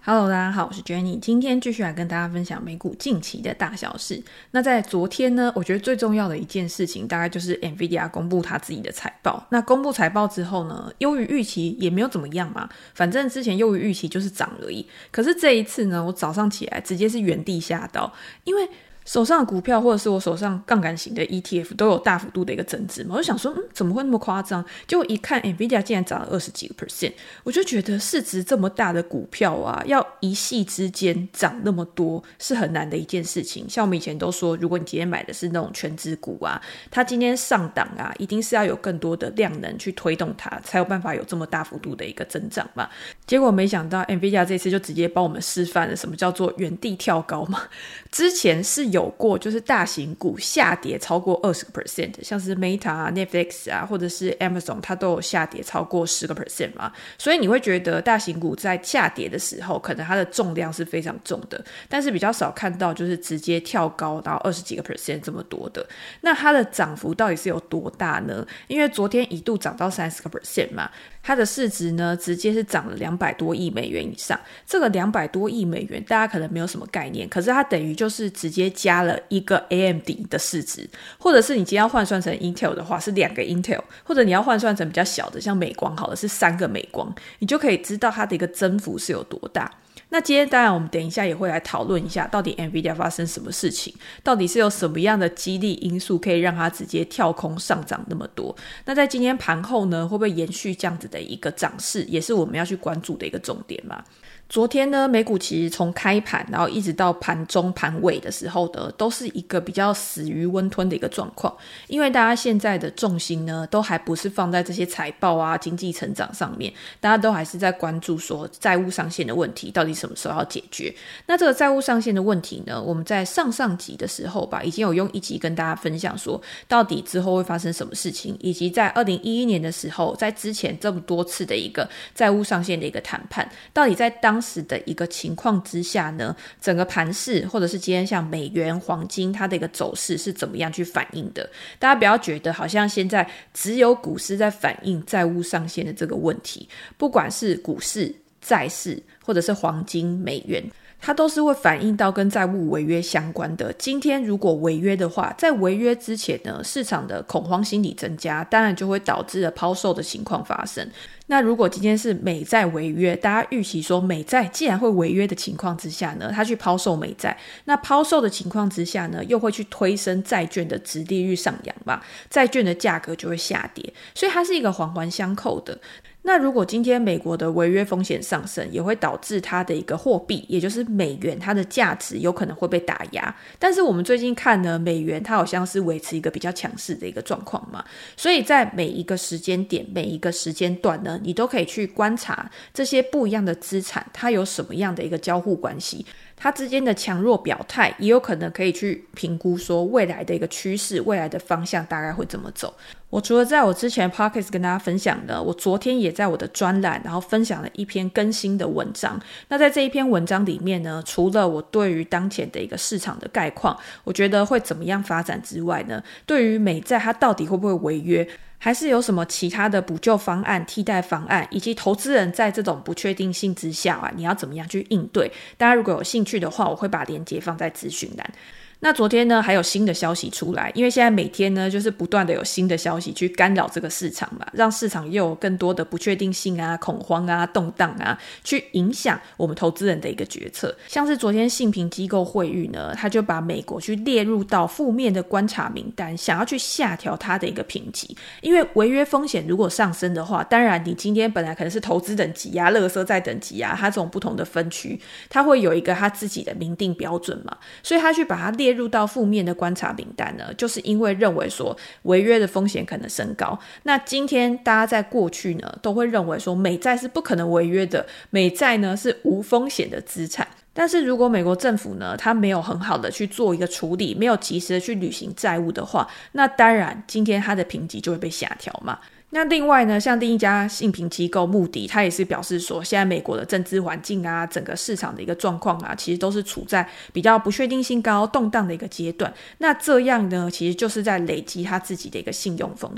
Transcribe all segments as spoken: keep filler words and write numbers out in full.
Hello， 大家好，我是 Jenny， 今天继续来跟大家分享美股近期的大小事。那在昨天呢，我觉得最重要的一件事情，大概就是 Nvidia 公布他自己的财报。那公布财报之后呢，优于预期也没有怎么样嘛，反正之前优于预期就是涨而已。可是这一次呢，我早上起来直接是原地吓到，因为手上的股票或者是我手上杠杆型的 E T F 都有大幅度的一个增值嘛，我就想说嗯，怎么会那么夸张？结果一看 Nvidia 竟然涨了二十几个 percent， 我就觉得市值这么大的股票啊，要一夕之间涨那么多是很难的一件事情。像我们以前都说，如果你今天买的是那种全指股啊，它今天上档啊，一定是要有更多的量能去推动它，才有办法有这么大幅度的一个增长嘛。结果没想到 Nvidia 这次就直接帮我们示范了什么叫做原地跳高嘛。之前是有有过就是大型股下跌超过 百分之二十， 像是 Meta 啊 Netflix 啊或者是 Amazon 它都有下跌超过 百分之十 嘛，所以你会觉得大型股在下跌的时候可能它的重量是非常重的，但是比较少看到就是直接跳高到二十几个 percent 这么多的。那它的涨幅到底是有多大呢？因为昨天一度涨到三十个 percent 嘛，它的市值呢直接是涨了两百多亿美元以上。这个两百多亿美元大家可能没有什么概念，可是它等于就是直接加了一个 A M D 的市值，或者是你今天要换算成 Intel 的话是两个 Intel， 或者你要换算成比较小的像美光好了是三个美光，你就可以知道它的一个增幅是有多大。那今天当然我们等一下也会来讨论一下到底 Nvidia 发生什么事情，到底是有什么样的激励因素可以让它直接跳空上涨那么多。那在今天盘后呢，会不会延续这样子的一个涨势，也是我们要去关注的一个重点嘛。昨天呢，美股其实从开盘然后一直到盘中盘尾的时候呢，都是一个比较死鱼温吞的一个状况，因为大家现在的重心呢都还不是放在这些财报啊经济成长上面，大家都还是在关注说债务上限的问题到底什么时候要解决。那这个债务上限的问题呢，我们在上上集的时候吧，已经有用一集跟大家分享说到底之后会发生什么事情，以及在二零一一年的时候，在之前这么多次的一个债务上限的一个谈判，到底在当当时的一个情况之下呢，整个盘势或者是今天像美元、黄金它的一个走势是怎么样去反映的。大家不要觉得好像现在只有股市在反映债务上限的这个问题，不管是股市、债市或者是黄金、美元，它都是会反映到跟债务违约相关的。今天如果违约的话，在违约之前呢，市场的恐慌心理增加，当然就会导致了抛售的情况发生。那如果今天是美债违约，大家预期说美债既然会违约的情况之下呢，它去抛售美债，那抛售的情况之下呢，又会去推升债券的殖利率上扬嘛，债券的价格就会下跌，所以它是一个环环相扣的。那如果今天美国的违约风险上升，也会导致它的一个货币，也就是美元，它的价值有可能会被打压。但是我们最近看呢，美元它好像是维持一个比较强势的一个状况嘛，所以在每一个时间点、每一个时间段呢，你都可以去观察这些不一样的资产，它有什么样的一个交互关系。它之间的强弱表态也有可能可以去评估说未来的一个趋势，未来的方向大概会怎么走。我除了在我之前 Podcast 跟大家分享的，我昨天也在我的专栏然后分享了一篇更新的文章。那在这一篇文章里面呢，除了我对于当前的一个市场的概况，我觉得会怎么样发展之外呢，对于美债它到底会不会违约，还是有什么其他的补救方案、替代方案，以及投资人在这种不确定性之下啊，你要怎么样去应对。大家如果有兴趣的话，我会把链接放在资讯栏。那昨天呢还有新的消息出来，因为现在每天呢就是不断的有新的消息去干扰这个市场嘛，让市场又有更多的不确定性啊、恐慌啊、动荡啊，去影响我们投资人的一个决策。像是昨天信评机构惠誉呢，他就把美国去列入到负面的观察名单，想要去下调它的一个评级。因为违约风险如果上升的话，当然你今天本来可能是投资等级啊、垃圾债等级啊，它这种不同的分区，它会有一个它自己的明定标准嘛，所以他去把它列列入到负面的观察名单呢，就是因为认为说违约的风险可能升高。那今天大家在过去呢都会认为说美债是不可能违约的，美债呢是无风险的资产。但是如果美国政府呢，它没有很好的去做一个处理，没有及时的去履行债务的话，那当然今天它的评级就会被下调嘛。那另外呢，像另一家信评机构穆迪，他也是表示说，现在美国的政治环境啊，整个市场的一个状况啊，其实都是处在比较不确定性高、动荡的一个阶段。那这样呢，其实就是在累积他自己的一个信用风险。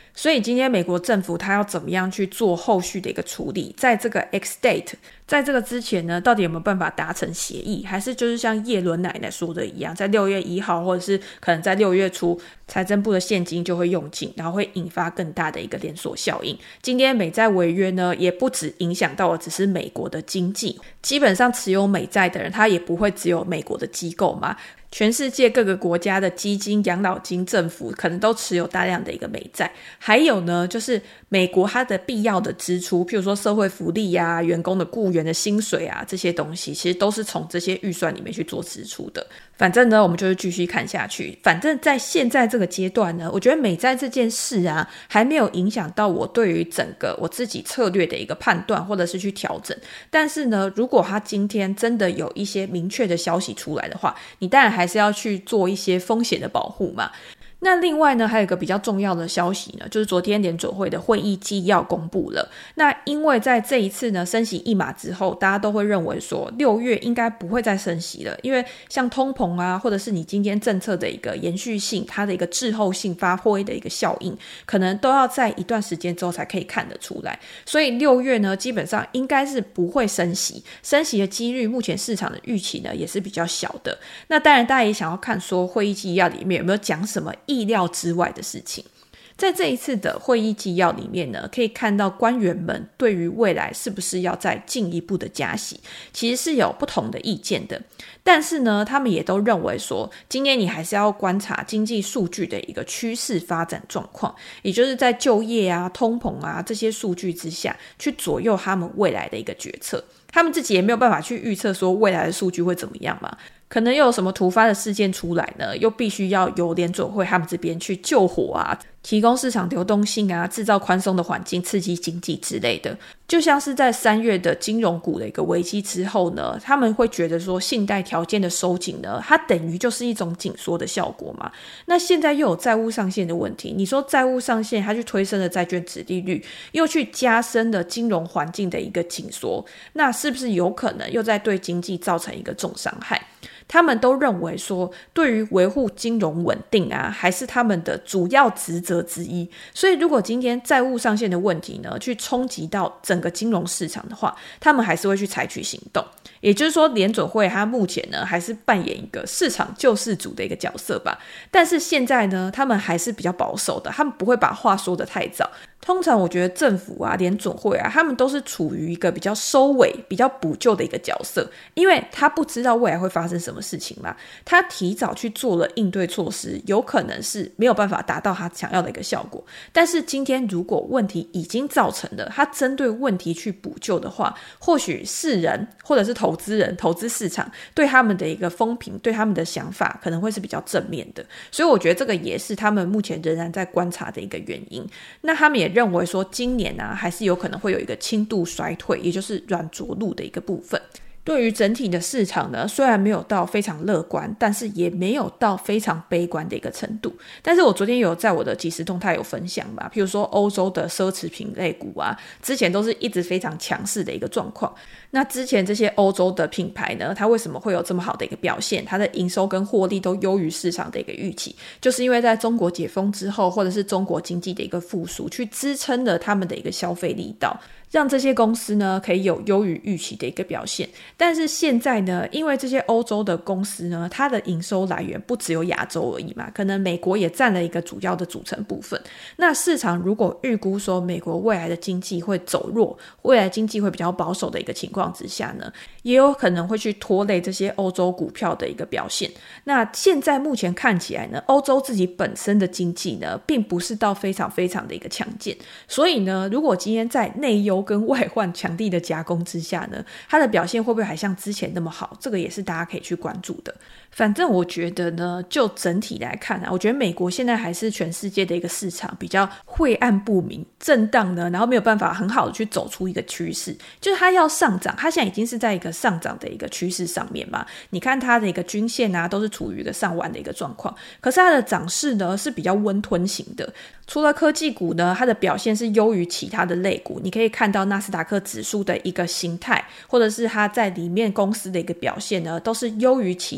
所以今天美国政府它要怎么样去做后续的一个处理，在这个 X date， 在这个之前呢，到底有没有办法达成协议，还是就是像叶伦奶奶说的一样，在六月一号或者是可能在六月初，财政部的现金就会用尽，然后会引发更大的一个连锁效应。今天美债违约呢，也不只影响到的只是美国的经济，基本上持有美债的人他也不会只有美国的机构嘛，全世界各个国家的基金、养老金、政府可能都持有大量的一个美债。还有呢，就是美国它的必要的支出，譬如说社会福利啊、员工的雇员的薪水啊，这些东西其实都是从这些预算里面去做支出的。反正呢，我们就是继续看下去。反正在现在这个阶段呢，我觉得美债这件事啊，还没有影响到我对于整个我自己策略的一个判断或者是去调整。但是呢，如果他今天真的有一些明确的消息出来的话，你当然还是要去做一些风险的保护嘛。那另外呢，还有一个比较重要的消息呢，就是昨天联准会的会议纪要公布了。那因为在这一次呢升息一码之后，大家都会认为说六月应该不会再升息了，因为像通膨啊，或者是你今天政策的一个延续性，它的一个滞后性发挥的一个效应，可能都要在一段时间之后才可以看得出来。所以六月呢，基本上应该是不会升息，升息的几率目前市场的预期呢也是比较小的。那当然大家也想要看说会议纪要里面有没有讲什么意料之外的事情。在这一次的会议纪要里面呢，可以看到官员们对于未来是不是要再进一步的加息，其实是有不同的意见的。但是呢，他们也都认为说，今年你还是要观察经济数据的一个趋势发展状况，也就是在就业啊、通膨啊这些数据之下，去左右他们未来的一个决策。他们自己也没有办法去预测说未来的数据会怎么样嘛，可能又有什么突发的事件出来呢，又必须要由联准会他们这边去救火啊，提供市场流动性啊，制造宽松的环境，刺激经济之类的。就像是在三月的金融股的一个危机之后呢，他们会觉得说信贷条件的收紧呢，它等于就是一种紧缩的效果嘛。那现在又有债务上限的问题，你说债务上限它去推升了债券殖利率，又去加深了金融环境的一个紧缩，那是不是有可能又在对经济造成一个重伤害？他们都认为说，对于维护金融稳定啊，还是他们的主要职责之一。所以如果今天债务上限的问题呢，去冲击到整个金融市场的话，他们还是会去采取行动。也就是说，联准会它目前呢，还是扮演一个市场救世主的一个角色吧。但是现在呢，他们还是比较保守的，他们不会把话说得太早。通常我觉得政府啊、联准会啊，他们都是处于一个比较收尾、比较补救的一个角色，因为他不知道未来会发生什么事情嘛，他提早去做了应对措施，有可能是没有办法达到他想要的一个效果。但是今天如果问题已经造成了，他针对问题去补救的话，或许世人或者是投资人、投资市场对他们的一个风评、对他们的想法可能会是比较正面的。所以我觉得这个也是他们目前仍然在观察的一个原因。那他们也认为说今年啊还是有可能会有一个轻度衰退，也就是软着陆的一个部分。对于整体的市场呢，虽然没有到非常乐观，但是也没有到非常悲观的一个程度。但是我昨天有在我的即时动态有分享吧，譬如说欧洲的奢侈品类股啊，之前都是一直非常强势的一个状况。那之前这些欧洲的品牌呢，它为什么会有这么好的一个表现？它的营收跟获利都优于市场的一个预期，就是因为在中国解封之后，或者是中国经济的一个复苏，去支撑了他们的一个消费力道，让这些公司呢可以有优于预期的一个表现。但是现在呢，因为这些欧洲的公司呢，它的营收来源不只有亚洲而已嘛，可能美国也占了一个主要的组成部分。那市场如果预估说美国未来的经济会走弱，未来经济会比较保守的一个情况之下呢，也有可能会去拖累这些欧洲股票的一个表现。那现在目前看起来呢，欧洲自己本身的经济呢，并不是到非常非常的一个强健。所以呢，如果今天在内忧跟外患强力的夹攻之下呢，它的表现会不会还像之前那么好，这个也是大家可以去关注的。反正我觉得呢，就整体来看啊，我觉得美国现在还是全世界的一个市场比较晦暗不明、震荡呢，然后没有办法很好的去走出一个趋势，就是它要上涨，它现在已经是在一个上涨的一个趋势上面嘛。你看它的一个均线啊，都是处于一个上弯的一个状况，可是它的涨势呢是比较温吞型的。除了科技股呢，它的表现是优于其他的类股，你可以看到纳斯达克指数的一个形态，或者是它在里面公司的一个表现呢，都是优于其他的公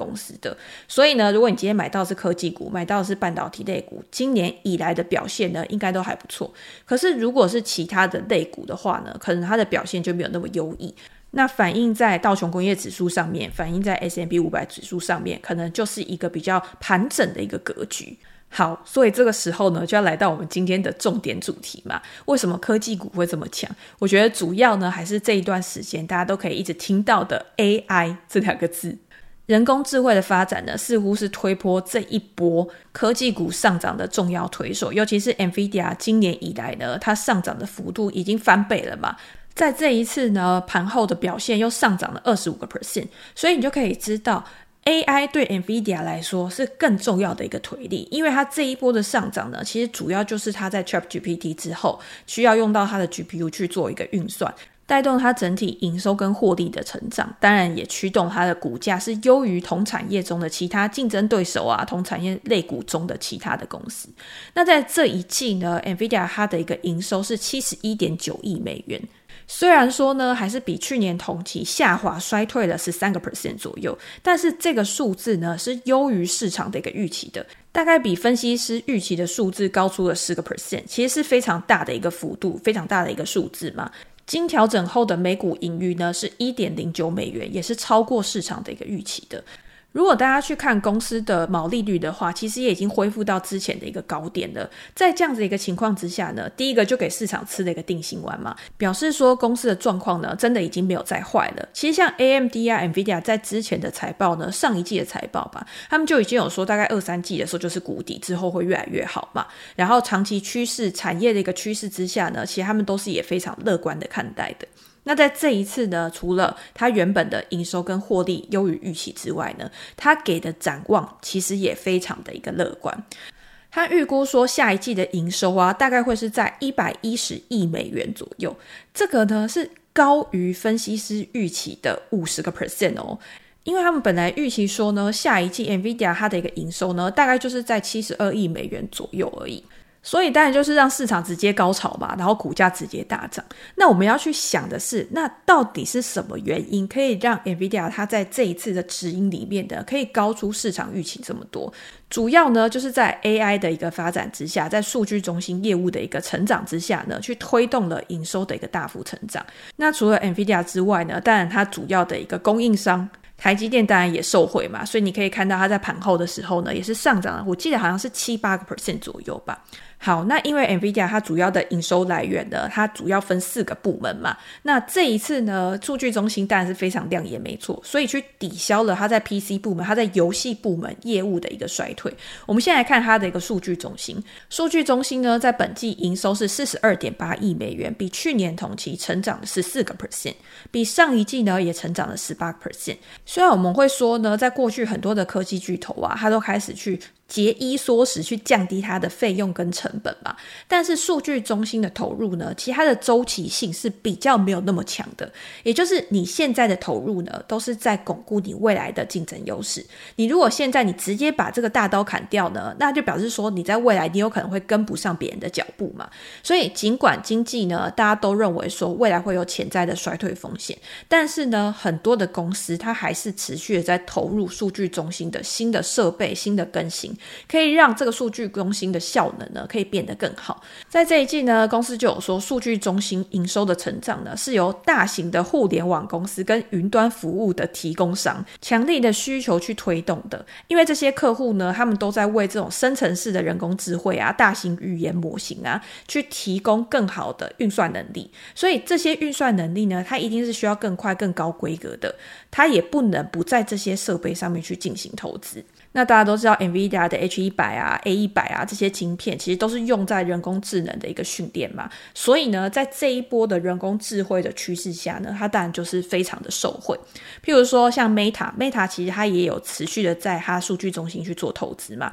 公司的。所以呢，如果你今天买到的是科技股，买到的是半导体类股，今年以来的表现呢应该都还不错。可是如果是其他的类股的话呢，可能它的表现就没有那么优异，那反映在道琼工业指数上面，反映在 S and P 五百 指数上面，可能就是一个比较盘整的一个格局。好，所以这个时候呢，就要来到我们今天的重点主题嘛。为什么科技股会这么强？我觉得主要呢，还是这一段时间大家都可以一直听到的 A I 这两个字。人工智慧的发展呢，似乎是推波这一波科技股上涨的重要推手。尤其是 NVIDIA 今年以来呢，它上涨的幅度已经翻倍了嘛。在这一次呢，盘后的表现又上涨了 百分之二十五， 所以你就可以知道A I 对 NVIDIA 来说是更重要的一个推力，因为它这一波的上涨呢，其实主要就是它在 ChatGPT 之后需要用到它的 G P U 去做一个运算，带动它整体营收跟获利的成长，当然也驱动它的股价是优于同产业中的其他竞争对手啊，同产业类股中的其他的公司。那在这一季呢， NVIDIA 它的一个营收是 七十一点九亿美元，虽然说呢还是比去年同期下滑衰退了 百分之十三 左右，但是这个数字呢是优于市场的一个预期的，大概比分析师预期的数字高出了 百分之十， 其实是非常大的一个幅度，非常大的一个数字嘛。经调整后的每股盈余呢是 一点零九美元，也是超过市场的一个预期的。如果大家去看公司的毛利率的话，其实也已经恢复到之前的一个高点了。在这样子一个情况之下呢，第一个就给市场吃了一个定心丸嘛，表示说公司的状况呢真的已经没有再坏了。其实像 A M D 啊 NVIDIA 在之前的财报呢，上一季的财报吧，他们就已经有说大概二三季的时候就是谷底，之后会越来越好嘛。然后长期趋势产业的一个趋势之下呢，其实他们都是也非常乐观的看待的。那在这一次呢，除了它原本的营收跟获利优于预期之外呢，它给的展望其实也非常的一个乐观。他预估说下一季的营收啊，大概会是在一百一十亿美元左右，这个呢是高于分析师预期的 百分之五十 哦。因为他们本来预期说呢，下一季 NVIDIA 它的一个营收呢，大概就是在七十二亿美元左右而已。所以当然就是让市场直接高潮嘛，然后股价直接大涨。那我们要去想的是，那到底是什么原因可以让 NVIDIA 它在这一次的指引里面的可以高出市场预期这么多？主要呢就是在 A I 的一个发展之下，在数据中心业务的一个成长之下呢，去推动了营收的一个大幅成长。那除了 NVIDIA 之外呢，当然它主要的一个供应商台积电当然也受惠嘛，所以你可以看到它在盘后的时候呢也是上涨了，我记得好像是 百分之七八 左右吧。好，那因为 NVIDIA 它主要的营收来源呢，它主要分四个部门嘛，那这一次呢数据中心当然是非常亮眼没错，所以去抵消了它在 P C 部门，它在游戏部门业务的一个衰退。我们现在来看它的一个数据中心，数据中心呢在本季营收是 四十二点八亿美元，比去年同期成长了 百分之十四， 比上一季呢也成长了 百分之十八。 虽然我们会说呢，在过去很多的科技巨头啊，它都开始去节衣缩食去降低它的费用跟成本嘛，但是数据中心的投入呢，其实它的周期性是比较没有那么强的，也就是你现在的投入呢都是在巩固你未来的竞争优势。你如果现在你直接把这个大刀砍掉呢，那就表示说你在未来你有可能会跟不上别人的脚步嘛。所以尽管经济呢大家都认为说未来会有潜在的衰退风险，但是呢很多的公司它还是持续的在投入数据中心的新的设备、新的更新，可以让这个数据中心的效能呢可以变得更好。在这一季呢，公司就有说数据中心营收的成长呢是由大型的互联网公司跟云端服务的提供商强力的需求去推动的。因为这些客户呢，他们都在为这种生成式的人工智慧啊、大型语言模型啊去提供更好的运算能力，所以这些运算能力呢，它一定是需要更快更高规格的，它也不能不在这些设备上面去进行投资。那大家都知道 NVIDIA 的 H 一百 啊 A 一百 啊这些晶片其实都是用在人工智能的一个训练嘛，所以呢在这一波的人工智慧的趋势下呢，它当然就是非常的受惠。譬如说像 Meta Meta 其实它也有持续的在它数据中心去做投资嘛，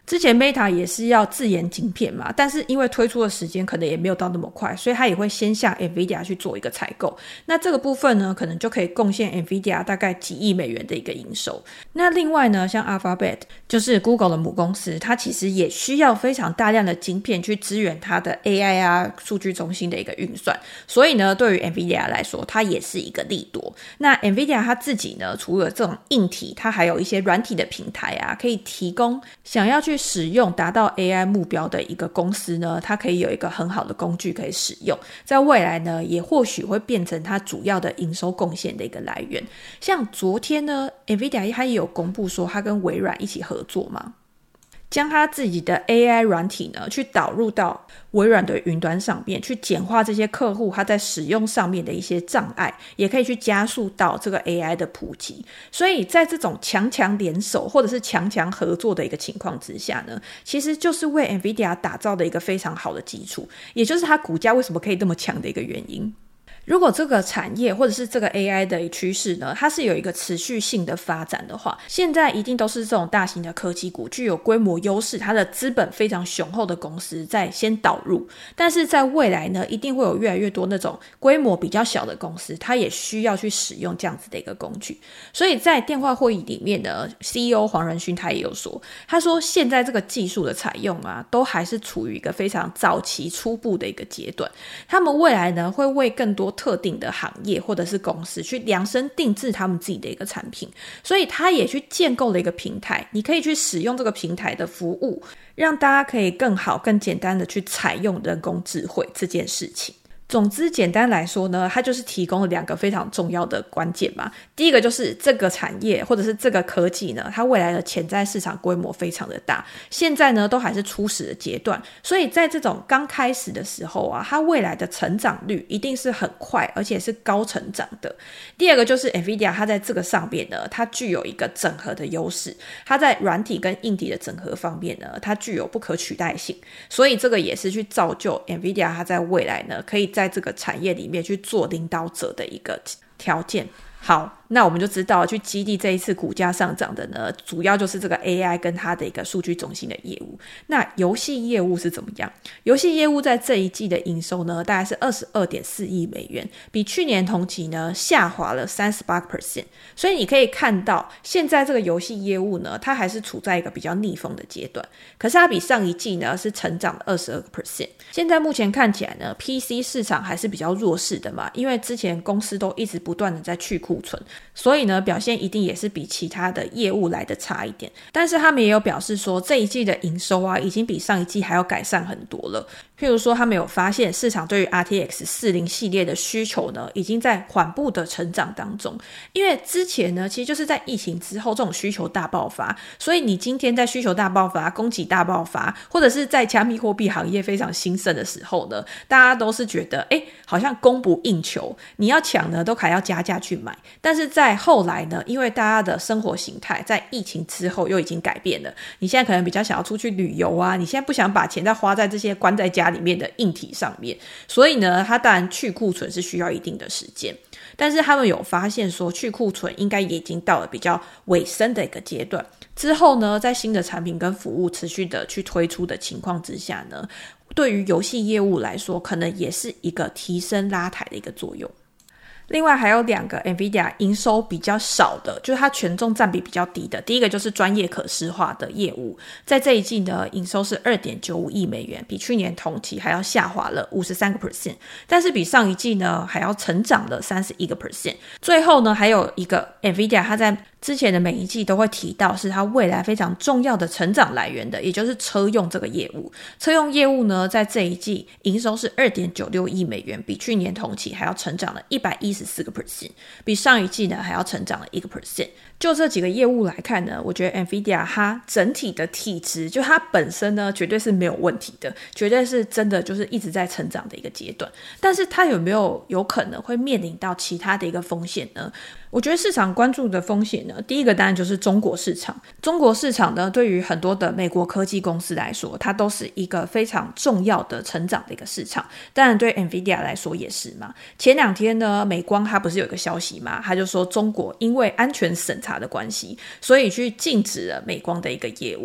之前 Meta 也是要自研晶片嘛，但是因为推出的时间可能也没有到那么快，所以它也会先向 Nvidia 去做一个采购。那这个部分呢，可能就可以贡献 Nvidia 大概几亿美元的一个营收。那另外呢，像 Alphabet 就是 Google 的母公司，它其实也需要非常大量的晶片去支援它的 A I 啊数据中心的一个运算，所以呢，对于 Nvidia 来说，它也是一个利多。那 Nvidia 它自己呢，除了这种硬体，它还有一些软体的平台啊，可以提供想要去使用达到 A I 目标的一个公司呢，它可以有一个很好的工具可以使用，在未来呢也或许会变成它主要的营收贡献的一个来源。像昨天呢 Nvidia 它也有公布说它跟微软一起合作嘛，将它自己的 A I 软体呢去导入到微软的云端上面，去简化这些客户他在使用上面的一些障碍，也可以去加速到这个 A I 的普及。所以在这种强强联手或者是强强合作的一个情况之下呢，其实就是为 Nvidia 打造的一个非常好的基础，也就是它股价为什么可以这么强的一个原因。如果这个产业或者是这个 A I 的趋势呢，它是有一个持续性的发展的话，现在一定都是这种大型的科技股，具有规模优势，它的资本非常雄厚的公司在先导入。但是在未来呢，一定会有越来越多那种规模比较小的公司，它也需要去使用这样子的一个工具。所以在电话会议里面的 C E O 黄仁勋他也有说，他说现在这个技术的采用啊，都还是处于一个非常早期初步的一个阶段，他们未来呢会为更多特定的行业或者是公司去量身定制他们自己的一个产品，所以他也去建构了一个平台，你可以去使用这个平台的服务，让大家可以更好更简单的去采用人工智慧这件事情。总之简单来说呢，它就是提供了两个非常重要的关键嘛。第一个就是这个产业或者是这个科技呢，它未来的潜在市场规模非常的大，现在呢都还是初始的阶段，所以在这种刚开始的时候啊，它未来的成长率一定是很快而且是高成长的。第二个就是 Nvidia 它在这个上面呢，它具有一个整合的优势，它在软体跟硬体的整合方面呢，它具有不可取代性，所以这个也是去造就 Nvidia 它在未来呢可以在这个产业里面去做领导者的一个条件。好，那我们就知道去激励这一次股价上涨的呢，主要就是这个 A I 跟它的一个数据中心的业务。那游戏业务是怎么样？游戏业务在这一季的营收呢，大概是 二十二点四亿美元，比去年同期呢下滑了 百分之三十八。所以你可以看到现在这个游戏业务呢，它还是处在一个比较逆风的阶段，可是它比上一季呢是成长了 百分之二十二。现在目前看起来呢 P C 市场还是比较弱势的嘛，因为之前公司都一直不断的在去库存，所以呢表现一定也是比其他的业务来的差一点。但是他们也有表示说，这一季的营收啊已经比上一季还要改善很多了。譬如说他们有发现市场对于 R T X 四十 系列的需求呢已经在缓步的成长当中，因为之前呢其实就是在疫情之后这种需求大爆发，所以你今天在需求大爆发、供给大爆发，或者是在加密货币行业非常兴盛的时候呢，大家都是觉得诶好像供不应求，你要抢呢都还要加价去买。但是在后来呢，因为大家的生活形态在疫情之后又已经改变了，你现在可能比较想要出去旅游啊，你现在不想把钱再花在这些关在家里面的硬体上面，所以呢它当然去库存是需要一定的时间。但是他们有发现说去库存应该也已经到了比较尾声的一个阶段，之后呢在新的产品跟服务持续的去推出的情况之下呢，对于游戏业务来说可能也是一个提升拉抬的一个作用。另外还有两个 Nvidia 营收比较少的，就是它权重占比比较低的。第一个就是专业可视化的业务，在这一季呢营收是 二点九五亿美元，比去年同期还要下滑了 百分之五十三， 但是比上一季呢还要成长了 百分之三十一。最后呢还有一个 Nvidia 它在之前的每一季都会提到是它未来非常重要的成长来源的，也就是车用这个业务。车用业务呢在这一季营收是 二点九六亿美元，比去年同期还要成长了 百分之一百一十四， 比上一季呢还要成长了 百分之一。 就这几个业务来看呢，我觉得 Nvidia 它整体的体质，就它本身呢绝对是没有问题的，绝对是真的就是一直在成长的一个阶段。但是它有没有有可能会面临到其他的一个风险呢？我觉得市场关注的风险呢，第一个当然就是中国市场。中国市场呢对于很多的美国科技公司来说，它都是一个非常重要的成长的一个市场，当然对 Nvidia 来说也是嘛。前两天呢美光它不是有一个消息嘛，它就说中国因为安全审查的关系，所以去禁止了美光的一个业务。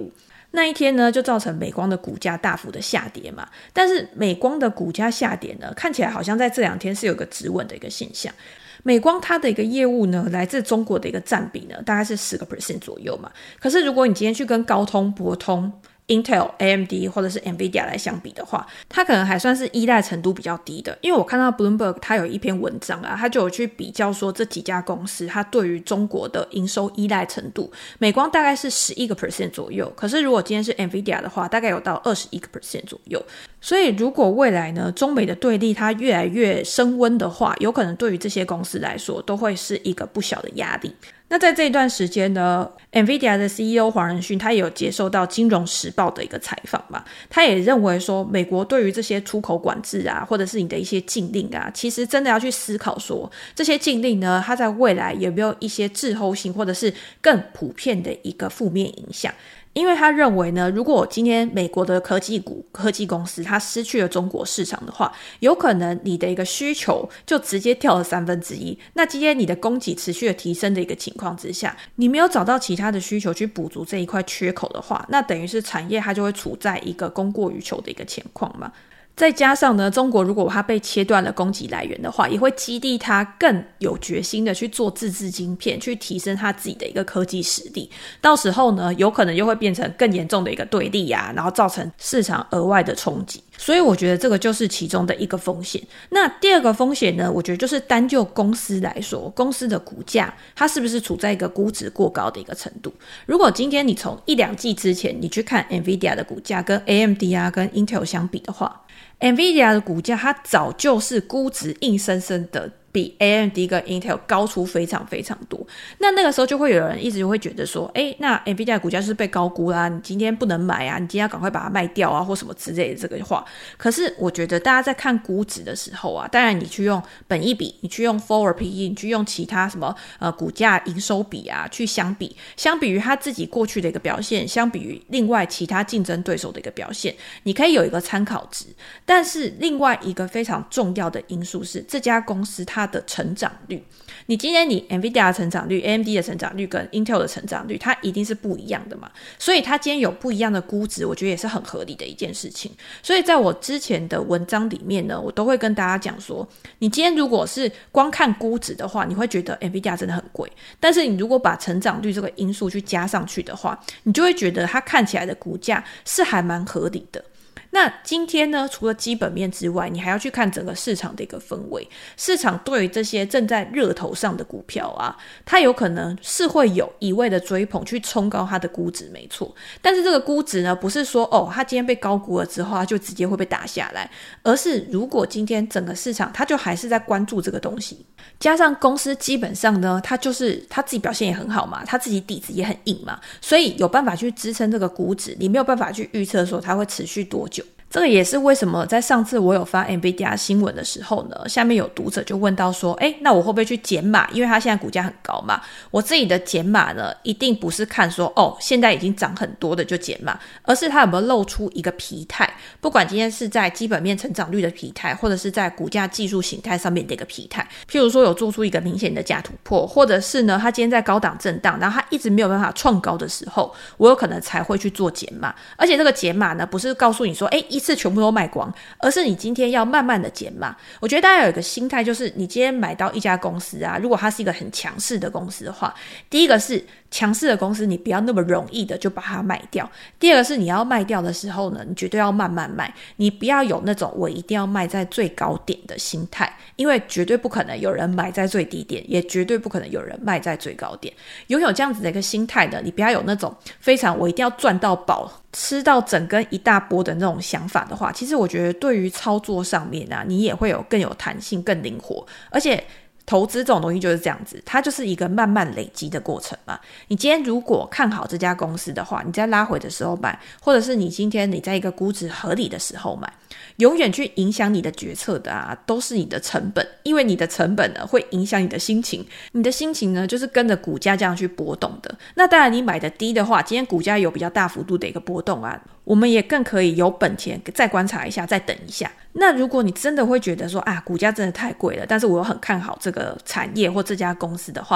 那一天呢，就造成美光的股价大幅的下跌嘛。但是美光的股价下跌呢，看起来好像在这两天是有个止稳的一个现象。美光它的一个业务呢，来自中国的一个占比呢，大概是 百分之十 左右嘛。可是如果你今天去跟高通、博通、Intel、A M D 或者是 Nvidia 来相比的话，它可能还算是依赖程度比较低的。因为我看到 Bloomberg 它有一篇文章啊，它就有去比较说这几家公司它对于中国的营收依赖程度，美光大概是 百分之十一 左右，可是如果今天是 Nvidia 的话，大概有到 百分之二十一 左右。所以如果未来呢，中美的对立它越来越升温的话，有可能对于这些公司来说都会是一个不小的压力。那在这一段时间呢， Nvidia 的 C E O 黄仁勋他也有接受到金融时报的一个采访嘛，他也认为说美国对于这些出口管制啊，或者是你的一些禁令啊，其实真的要去思考说这些禁令呢，它在未来有没有一些滞后性或者是更普遍的一个负面影响。因为他认为呢，如果今天美国的科技股、科技公司它失去了中国市场的话，有可能你的一个需求就直接掉了三分之一。那今天你的供给持续的提升的一个情况之下，你没有找到其他的需求去补足这一块缺口的话，那等于是产业它就会处在一个供过于求的一个情况嘛。再加上呢，中国如果它被切断了供给来源的话，也会激励它更有决心的去做自制晶片，去提升它自己的一个科技实力。到时候呢，有可能又会变成更严重的一个对立啊，然后造成市场额外的冲击。所以我觉得这个就是其中的一个风险。那第二个风险呢，我觉得就是单就公司来说，公司的股价它是不是处在一个估值过高的一个程度。如果今天你从一两季之前你去看 Nvidia 的股价跟 A M D 啊跟 Intel 相比的话， Nvidia 的股价它早就是估值硬生生的比 A M D 跟 Intel 高出非常非常多。那那个时候就会有人一直会觉得说，诶，那 Nvidia 的股价是被高估啦，你今天不能买啊，你今天要赶快把它卖掉啊，或什么之类的这个话。可是我觉得大家在看估值的时候啊，当然你去用本益比，你去用 forward P E， 你去用其他什么呃股价营收比啊去相比，相比于他自己过去的一个表现，相比于另外其他竞争对手的一个表现，你可以有一个参考值。但是另外一个非常重要的因素是这家公司它的成长率。你今天你 Nvidia 的成长率、A M D 的成长率跟 Intel 的成长率，它一定是不一样的嘛，所以它今天有不一样的估值，我觉得也是很合理的一件事情。所以在我之前的文章里面呢，我都会跟大家讲说，你今天如果是光看估值的话，你会觉得 Nvidia 真的很贵，但是你如果把成长率这个因素去加上去的话，你就会觉得它看起来的股价是还蛮合理的。那今天呢，除了基本面之外，你还要去看整个市场的一个氛围。市场对于这些正在热头上的股票啊，它有可能是会有一味的追捧去冲高它的估值，没错。但是这个估值呢，不是说哦，它今天被高估了之后，它就直接会被打下来，而是如果今天整个市场它就还是在关注这个东西，加上公司基本上呢，它就是它自己表现也很好嘛，它自己底子也很硬嘛，所以有办法去支撑这个估值，你没有办法去预测说它会持续多久。这个也是为什么在上次我有发 Nvidia 新闻的时候呢，下面有读者就问到说，诶，那我会不会去减码？因为它现在股价很高嘛。我自己的减码呢，一定不是看说哦，现在已经涨很多的就减码，而是它有没有露出一个疲态，不管今天是在基本面成长率的疲态，或者是在股价技术形态上面的一个疲态。譬如说有做出一个明显的假突破，或者是呢，它今天在高档震荡，然后它一直没有办法创高的时候，我有可能才会去做减码。而且这个减码呢，不是告诉你说，诶，一次全部都卖光，而是你今天要慢慢的减码。我觉得大家有一个心态，就是你今天买到一家公司啊，如果它是一个很强势的公司的话，第一个是强势的公司你不要那么容易的就把它卖掉，第二个是你要卖掉的时候呢，你绝对要慢慢卖，你不要有那种我一定要卖在最高点的心态，因为绝对不可能有人买在最低点，也绝对不可能有人卖在最高点。拥有这样子的一个心态的，你不要有那种非常我一定要赚到饱，吃到整根一大波的那种想法的话，其实我觉得对于操作上面啊，你也会有更有弹性、更灵活。而且投资这种东西就是这样子，它就是一个慢慢累积的过程嘛。你今天如果看好这家公司的话，你在拉回的时候买，或者是你今天你在一个估值合理的时候买，永远去影响你的决策的啊，都是你的成本。因为你的成本呢，会影响你的心情，你的心情呢，就是跟着股价这样去波动的。那当然你买的低的话，今天股价有比较大幅度的一个波动啊，我们也更可以有本钱再观察一下，再等一下。那如果你真的会觉得说啊，股价真的太贵了，但是我又很看好这个产业或这家公司的话，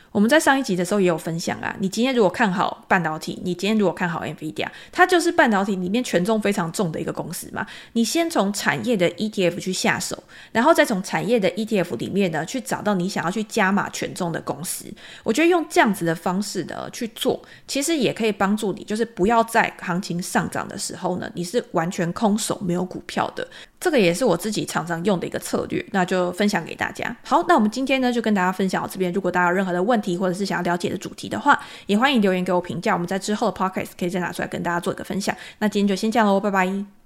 我们在上一集的时候也有分享啊，你今天如果看好半导体，你今天如果看好 Nvidia， 它就是半导体里面权重非常重的一个公司嘛。你先从产业的 E T F 去下手，然后再从产业的 E T F 里面呢去找到你想要去加码权重的公司。我觉得用这样子的方式呢去做，其实也可以帮助你，就是不要在行情上涨的时候呢，你是完全空手没有股票的。这个也是我自己常常用的一个策略，那就分享给大家。好，那我们今天呢就跟大家分享到这边，如果大家有任何的问题或者是想要了解的主题的话，也欢迎留言给我评价，我们在之后的 podcast 可以再拿出来跟大家做一个分享。那今天就先这样咯，拜拜。